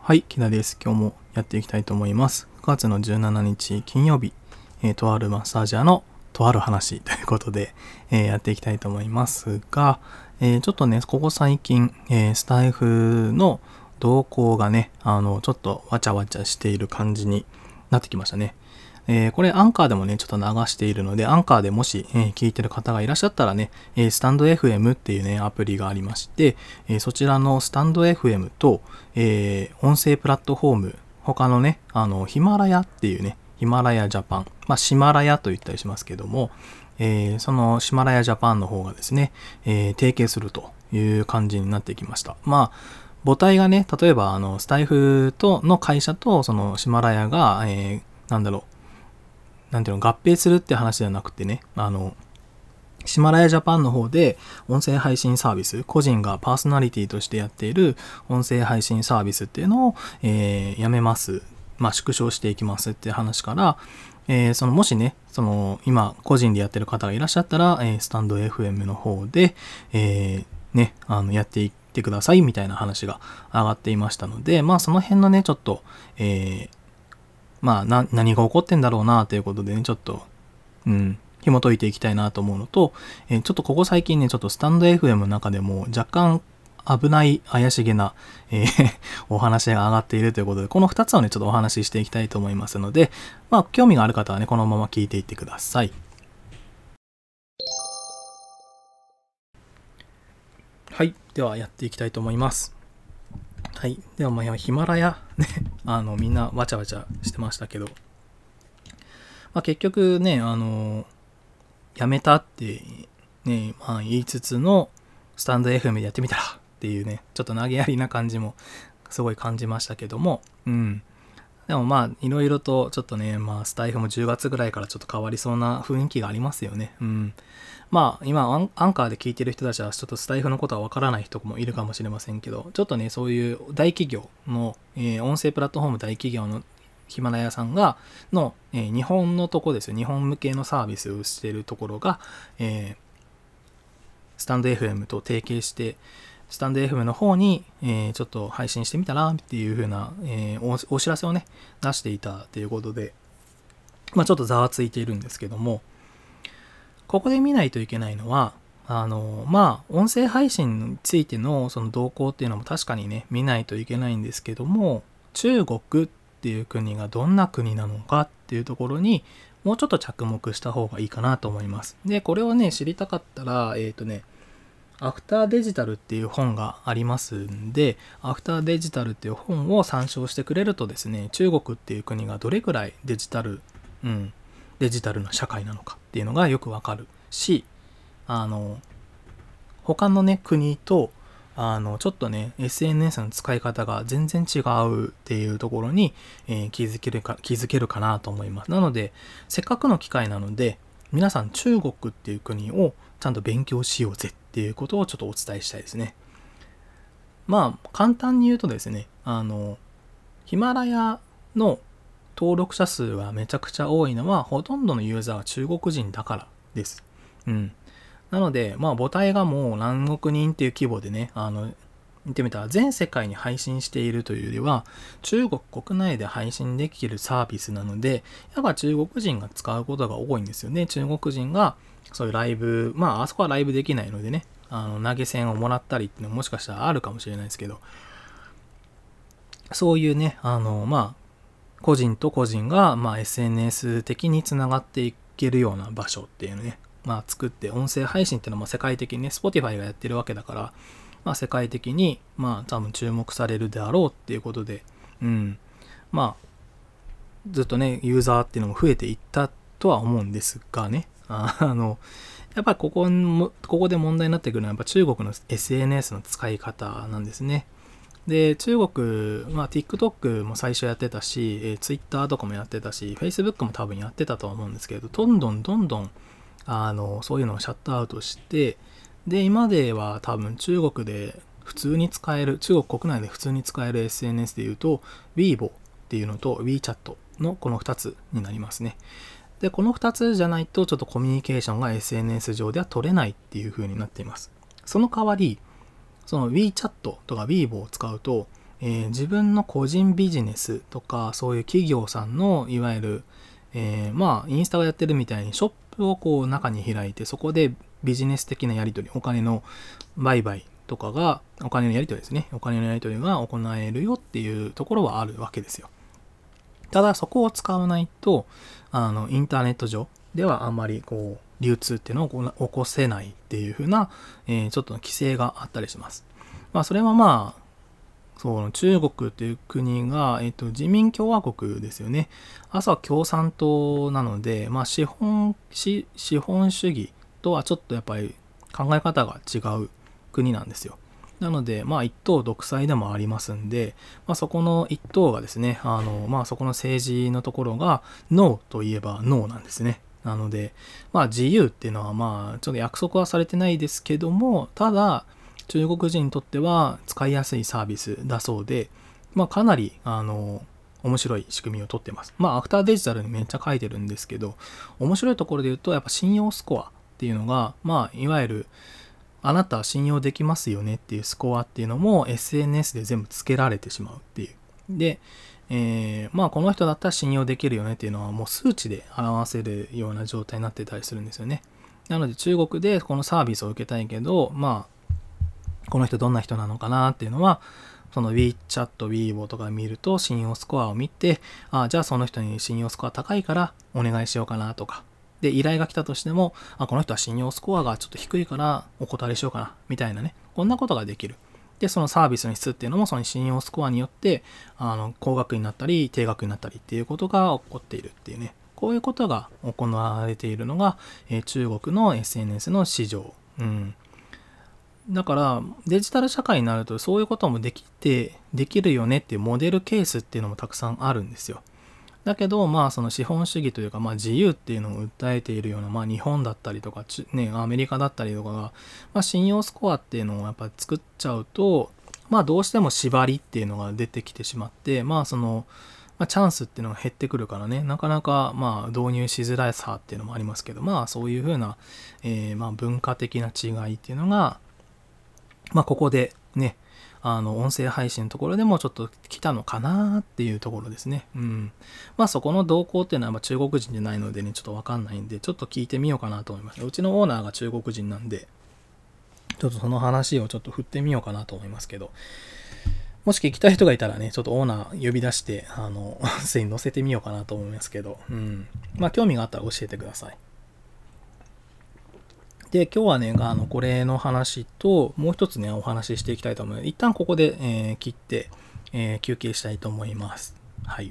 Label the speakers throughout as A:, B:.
A: はい、木田です。今日もやっていきたいと思います。9月の17日金曜日、とあるマッサージャーのとある話ということで、やっていきたいと思いますが、ちょっとね、ここ最近、スタイフの動向がね、ちょっとわちゃわちゃしている感じになってきましたね。これアンカーでもね、ちょっと流しているので、アンカーでもし、聞いてる方がいらっしゃったらね、スタンド FM っていうね、アプリがありまして、そちらのスタンド FM と、音声プラットフォーム、他のね、ヒマラヤっていうね、ヒマラヤジャパン、シマラヤと言ったりしますけども、そのシマラヤジャパンの方がですね、提携するという感じになってきました。母体がね、例えば、スタイフとの会社と、そのシマラヤが、合併するって話ではなくてね、シマラヤジャパンの方で音声配信サービス、個人がパーソナリティとしてやっている音声配信サービスっていうのを、やめます。縮小していきますっていう話から、もしね、今個人でやってる方がいらっしゃったら、スタンド FM の方で、やっていってくださいみたいな話が上がっていましたので、その辺のね、ちょっと、何が起こってんだろうなということでね、ちょっと、紐解いていきたいなと思うのと、ちょっとここ最近ね、ちょっとスタンド FM の中でも若干危ない怪しげな、お話が上がっているということで、この2つをね、ちょっとお話ししていきたいと思いますので、興味がある方はね、このまま聞いていってください。はい。では、やっていきたいと思います。はい。では、ヒマラヤね、みんなわちゃわちゃしてましたけど、結局ね、やめたってね、言いつつの、スタンド FM でやってみたらっていうね、ちょっと投げやりな感じもすごい感じましたけども、でもいろいろとちょっとね、スタイフも10月ぐらいからちょっと変わりそうな雰囲気がありますよね。今アンカーで聞いてる人たちはちょっとスタイフのことはわからない人もいるかもしれませんけど、ちょっとね、そういう大企業の、音声プラットフォーム大企業のヒマラヤさんがの、日本のとこですよ。日本向けのサービスをしているところが、スタンド FM と提携して、スタンド FM の方に、ちょっと配信してみたらっていう風な、お知らせをね、出していたということで、ちょっとざわついているんですけども、ここで見ないといけないのは、音声配信についてのその動向っていうのも確かにね、見ないといけないんですけども、中国っていう国がどんな国なのかっていうところにもうちょっと着目した方がいいかなと思います。で、これをね、知りたかったら、アフターデジタルっていう本がありますんで、アフターデジタルっていう本を参照してくれるとですね、中国っていう国がどれくらいデジタルな社会なのかっていうのがよくわかるし、他のね、国と、ちょっとね、SNS の使い方が全然違うっていうところに、気づけるかなと思います。なので、せっかくの機会なので、皆さん中国っていう国をちゃんと勉強しようぜっていうことをちょっとお伝えしたいですね。簡単に言うとですね、ヒマラヤの登録者数がめちゃくちゃ多いのは、ほとんどのユーザーは中国人だからです。なので、母体がもう何億人っていう規模でね、見てみたら全世界に配信しているというよりは、中国国内で配信できるサービスなので、やっぱ中国人が使うことが多いんですよね。中国人がそういうライブ、あそこはライブできないのでね、投げ銭をもらったりっていうのももしかしたらあるかもしれないですけど、そういうね、個人と個人が、SNS 的につながっていけるような場所っていうのね、作って音声配信っていうのは世界的にね、Spotify がやってるわけだから、世界的に、多分注目されるであろうっていうことで、ずっとね、ユーザーっていうのも増えていったとは思うんですがね、やっぱりここで問題になってくるのは、やっぱ中国の SNS の使い方なんですね。で、中国、TikTok も最初やってたし、Twitter とかもやってたし、Facebook も多分やってたとは思うんですけど、どんどん、そういうのをシャットアウトして、で、今では多分中国で普通に使える、中国国内で普通に使える SNS で言うと、Weibo っていうのと WeChat のこの2つになりますね。で、この2つじゃないとちょっとコミュニケーションが SNS 上では取れないっていう風になっています。その代わり、その WeChat とか Weibo を使うと、 自分の個人ビジネスとか、そういう企業さんの、いわゆる、まあ、インスタがやってるみたいにショップをこう中に開いて、そこでビジネス的なやり取り、お金の売買とかが、お金のやり取りですね。お金のやり取りが行えるよっていうところはあるわけですよ。ただ、そこを使わないと、インターネット上ではあんまりこう、流通っていうのを起こせないっていう風な、ちょっと規制があったりします。まあ、それはまあ、その中国っていう国が、自民共和国ですよね。朝は共産党なので、まあ、資本主義とはちょっとやっぱり考え方が違う国なんですよ。なので、まあ、一党独裁でもありますんで、まあ、そこの一党がですね、まあ、そこの政治のところが、ノーといえばノーなんですね。なので、まあ、自由っていうのは、まあ、ちょっと約束はされてないですけども、ただ、中国人にとっては使いやすいサービスだそうで、まあ、かなり、面白い仕組みをとってます。まあ、アフターデジタルにめっちゃ書いてるんですけど、面白いところで言うと、やっぱ信用スコアっていうのが、まあ、いわゆる、あなたは信用できますよねっていうスコアっていうのも SNS で全部付けられてしまうっていう。で、まあこの人だったら信用できるよねっていうのはもう数値で表せるような状態になってたりするんですよね。なので中国でこのサービスを受けたいけど、まあこの人どんな人なのかなっていうのは、その WeChat、Weibo とか見ると信用スコアを見て、じゃあその人に信用スコア高いからお願いしようかなとか、で、依頼が来たとしても、この人は信用スコアがちょっと低いからお断りしようかな、みたいなね。こんなことができる。で、そのサービスの質っていうのも、その信用スコアによって、高額になったり、低額になったりっていうことが起こっているっていうね。こういうことが行われているのが、中国の SNS の市場。うん。だから、デジタル社会になると、そういうこともできるよねっていうモデルケースっていうのもたくさんあるんですよ。だけど、まあ、その資本主義というか、まあ、自由っていうのを訴えているような、まあ、日本だったりとか、ね、アメリカだったりとかが、まあ、信用スコアっていうのをやっぱり作っちゃうと、まあ、どうしても縛りっていうのが出てきてしまって、まあ、その、まあ、チャンスっていうのが減ってくるからね、なかなか、まあ、導入しづらさっていうのもありますけど、まあ、そういうふうな、まあ、文化的な違いっていうのが、まあ、ここでね、音声配信のところでもちょっと来たのかなっていうところですね。うん。まあそこの動向っていうのは中国人じゃないのでね、ちょっとわかんないんで、ちょっと聞いてみようかなと思います。うちのオーナーが中国人なんで、ちょっとその話をちょっと振ってみようかなと思いますけど、もし聞きたい人がいたらね、ちょっとオーナー呼び出して、音声に載せてみようかなと思いますけど、うん。まあ興味があったら教えてください。で、今日はね、これの話と、もう一つね、お話ししていきたいと思うので、一旦ここで、切って、休憩したいと思います。はい。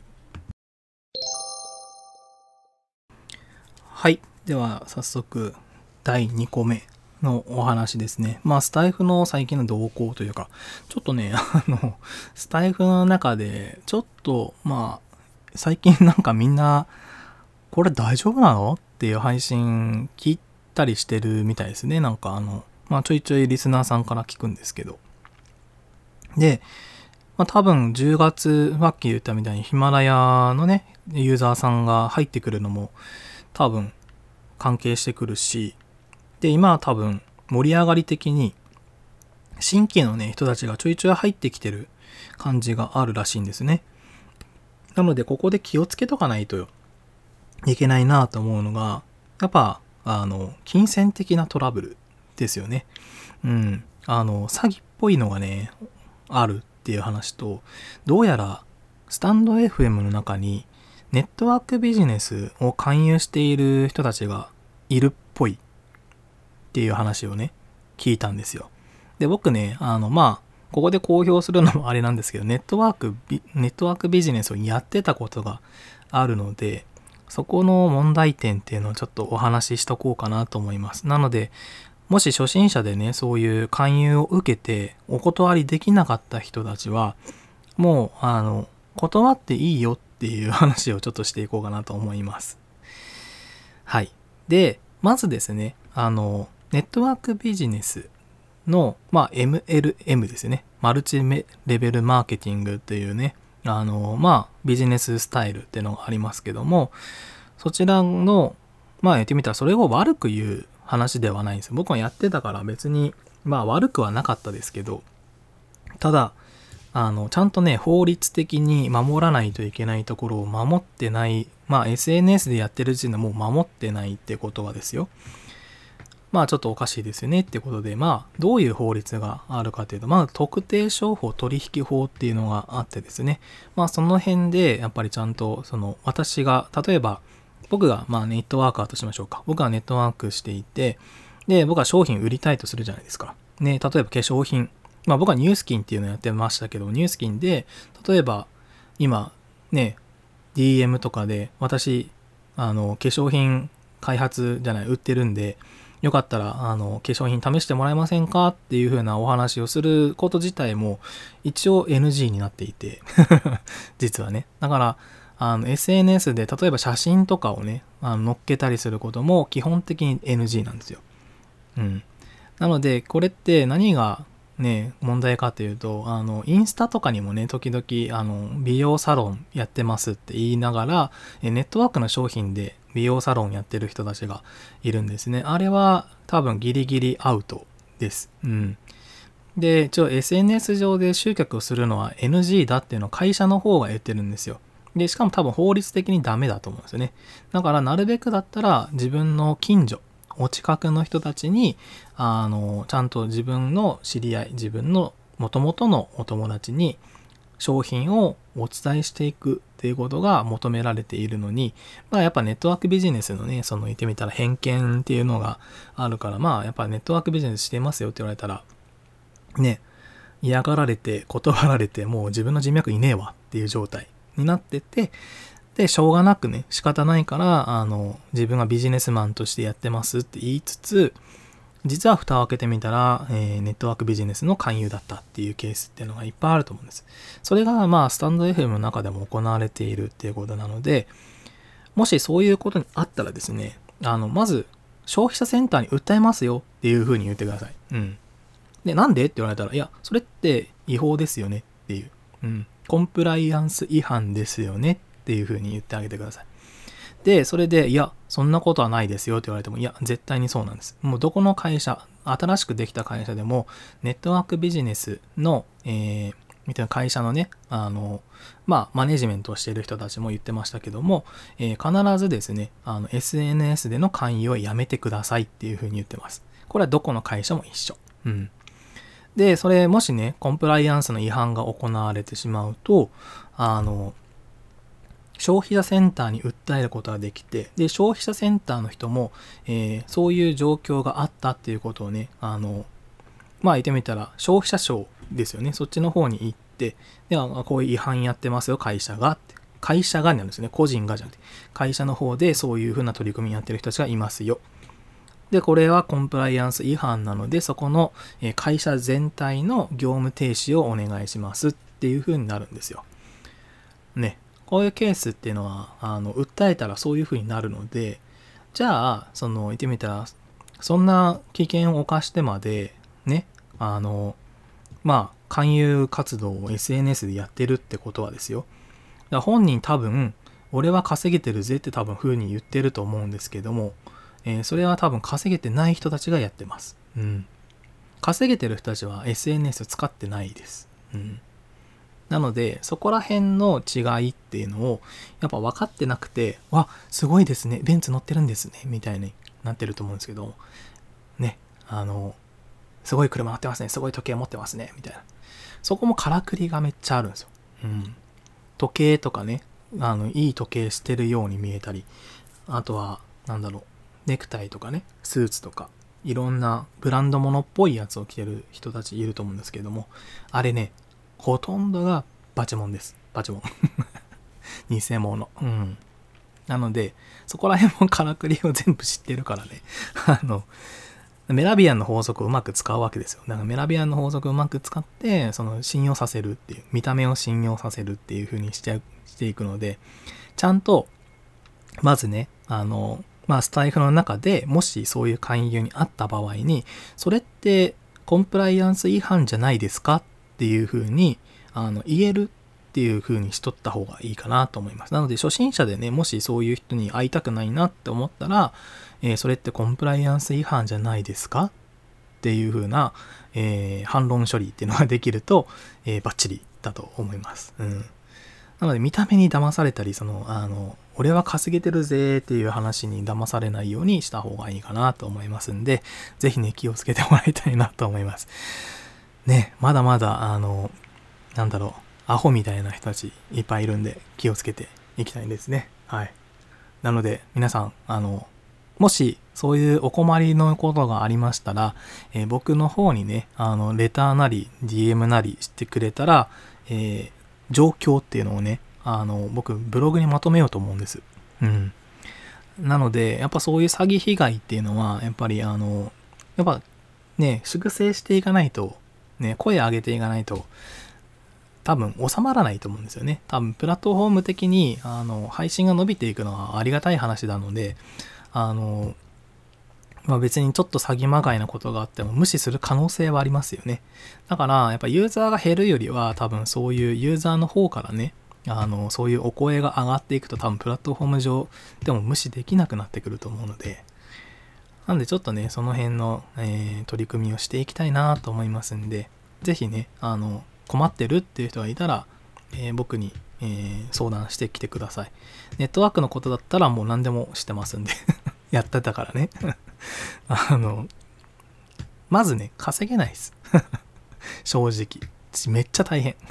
A: はい。では、早速、第2個目のお話ですね。まあ、スタイフの最近の動向というか、ちょっとね、スタイフの中で、ちょっと、まあ、最近なんかみんな、これ大丈夫なのっていう配信聞いたりしてるみたいですね。なんかまあちょいちょいリスナーさんから聞くんですけど。で、まあ多分10月、さっき言ったみたいにヒマラヤのね、ユーザーさんが入ってくるのも多分関係してくるし、で、今は多分盛り上がり的に新規のね、人たちがちょいちょい入ってきてる感じがあるらしいんですね。なのでここで気をつけとかないといけないなと思うのが、やっぱ金銭的なトラブルですよね。うん。詐欺っぽいのがね、あるっていう話と、どうやら、スタンド FM の中に、ネットワークビジネスを勧誘している人たちがいるっぽいっていう話をね、聞いたんですよ。で、僕ね、まあ、ここで公表するのもあれなんですけど、ネットワークビジネスをやってたことがあるので、そこの問題点っていうのをちょっとお話ししとこうかなと思います。なので、もし初心者でね、そういう勧誘を受けてお断りできなかった人たちは、もう、断っていいよっていう話をちょっとしていこうかなと思います。はい。で、まずですね、ネットワークビジネスの、まあ、MLM ですね。マルチレベルマーケティングというね、まあ、ビジネススタイルっていうのがありますけども、そちらの、まあ言ってみたらそれを悪く言う話ではないんですよ。僕もやってたから別に、まあ悪くはなかったですけど、ただ、 ちゃんとね、法律的に守らないといけないところを守ってない、SNS でやってる時点でもう守ってないってことはですよ。ちょっとおかしいですよねってことで、どういう法律があるかというと、特定商法取引法っていうのがあってですね、その辺で、やっぱりちゃんと、私が、例えば、僕が、ネットワーカーとしましょうか。僕がネットワークしていて、で、僕は商品売りたいとするじゃないですか。ね、例えば化粧品。僕はニュースキンっていうのをやってましたけど、ニュースキンで、例えば、今、ね、DM とかで、私、化粧品開発じゃない、売ってるんで、よかったら、化粧品試してもらえませんかっていう風なお話をすること自体も、一応 NG になっていて、実はね。だから、SNS で、例えば写真とかをね、載っけたりすることも、基本的に NG なんですよ。うん。なので、これって何がね、問題かというと、インスタとかにもね、時々、美容サロンやってますって言いながら、ネットワークの商品で美容サロンやってる人たちがいるんですね。あれは多分ギリギリアウトです。うん。で、SNS 上で集客をするのは NG だっていうのを会社の方が言ってるんですよ。で、しかも多分法律的にダメだと思うんですよね。だからなるべくだったら自分の近所、お近くの人たちに、ちゃんと自分の知り合い、自分の元々のお友達に商品をお伝えしていくっていうことが求められているのに、やっぱネットワークビジネスのね、言ってみたら偏見っていうのがあるから、やっぱネットワークビジネスしてますよって言われたら、ね、嫌がられて断られてもう自分の人脈いねえわっていう状態になってて、で、しょうがなくね、仕方ないから、自分がビジネスマンとしてやってますって言いつつ、実は蓋を開けてみたら、ネットワークビジネスの勧誘だったっていうケースっていうのがいっぱいあると思うんです。それがスタンド FM の中でも行われているっていうことなので、もしそういうことにあったらですね、まず、消費者センターに訴えますよっていうふうに言ってください。うん。で、なんでって言われたら、いや、それって違法ですよねっていう。うん。コンプライアンス違反ですよねっていうふうに言ってあげてください。で、それで、いや、そんなことはないですよって言われても、いや、絶対にそうなんです。もうどこの会社、新しくできた会社でも、ネットワークビジネスの、みたいな会社のね、マネジメントをしている人たちも言ってましたけども、必ずですね、SNS での勧誘をやめてくださいっていうふうに言ってます。これはどこの会社も一緒。うん。で、それもしね、コンプライアンスの違反が行われてしまうと、消費者センターに訴えることができて、で、消費者センターの人も、そういう状況があったっていうことをね、言ってみたら、消費者庁ですよね。そっちの方に行って、で、こういう違反やってますよ、会社がって。会社がになるんですね。個人がじゃなくて。会社の方でそういうふうな取り組みやってる人たちがいますよ。で、これはコンプライアンス違反なので、そこの会社全体の業務停止をお願いしますっていうふうになるんですよ。ね。こういうケースっていうのは、訴えたらそういうふうになるので、じゃあ、言ってみたら、そんな危険を冒してまで、ね、勧誘活動を SNS でやってるってことはですよ。だから本人多分、俺は稼げてるぜって多分風に言ってると思うんですけども、それは多分稼げてない人たちがやってます。うん。稼げてる人たちは SNS 使ってないです。うん。なので、そこら辺の違いっていうのを、やっぱ分かってなくて、わ、すごいですね、ベンツ乗ってるんですね、みたいになってると思うんですけど、ね、すごい車乗ってますね、すごい時計持ってますね、みたいな。そこもからくりがめっちゃあるんですよ。うん。時計とかね、いい時計してるように見えたり、あとは、ネクタイとかね、スーツとか、いろんなブランド物っぽいやつを着てる人たちいると思うんですけれども、あれね、ほとんどがバチモンです。バチモン。偽物。うん。なので、そこら辺もからくりを全部知ってるからね。メラビアンの法則をうまく使うわけですよ。だからメラビアンの法則をうまく使って、信用させるっていう、見た目を信用させるっていう風にしていくので、ちゃんと、まずね、スタイフの中でもしそういう勧誘にあった場合に、それってコンプライアンス違反じゃないですかっていう風に言えるっていう風にしとった方がいいかなと思います。なので初心者でね、もしそういう人に会いたくないなって思ったら、それってコンプライアンス違反じゃないですかっていう風な、反論処理っていうのができると、バッチリだと思います。なので見た目に騙されたり、俺は稼げてるぜっていう話に騙されないようにした方がいいかなと思いますんで、ぜひね、気をつけてもらいたいなと思います。ね、まだまだ、アホみたいな人たちいっぱいいるんで、気をつけていきたいんですね。はい。なので、皆さん、もし、そういうお困りのことがありましたら、僕の方にね、レターなり、DM なりしてくれたら、状況っていうのをね、僕、ブログにまとめようと思うんです。なので、やっぱそういう詐欺被害っていうのは、やっぱり、やっぱね、粛清していかないと、ね、声上げていかないと、多分収まらないと思うんですよね。多分プラットフォーム的に配信が伸びていくのはありがたい話なので、別にちょっと詐欺まがいなことがあっても無視する可能性はありますよね。だからやっぱユーザーが減るよりは多分そういうユーザーの方からね、そういうお声が上がっていくと多分プラットフォーム上でも無視できなくなってくると思うので、なんでちょっとね、その辺の、取り組みをしていきたいなと思いますんで、ぜひね、困ってるっていう人がいたら、僕に、相談してきてください。ネットワークのことだったらもう何でもしてますんでやってたからねまずね、稼げないです正直。めっちゃ大変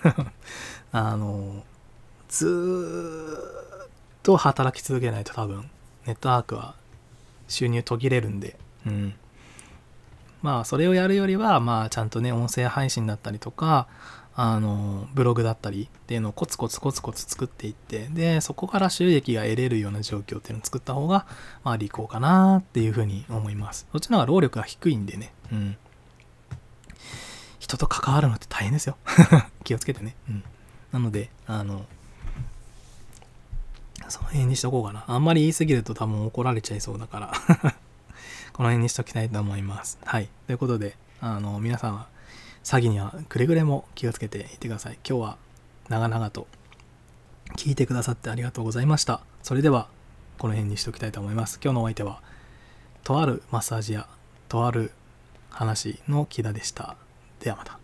A: ずーっと働き続けないと多分、ネットワークは収入途切れるんで、まあそれをやるよりはまあちゃんとね、音声配信だったりとかブログだったりっていうのをコツコツ作っていって、でそこから収益が得れるような状況っていうのを作った方がまあ利口かなっていうふうに思います。そっちの方が労力が低いんでね、人と関わるのって大変ですよ気をつけてね。なのでその辺にしとこうかな。あんまり言い過ぎると多分怒られちゃいそうだからこの辺にしときたいと思います。はい。ということで、皆さんは詐欺にはくれぐれも気をつけていってください。今日は長々と聞いてくださってありがとうございました。それでは、この辺にしときたいと思います。今日のお相手は、とあるマッサージ屋、とある話の木田でした。ではまた。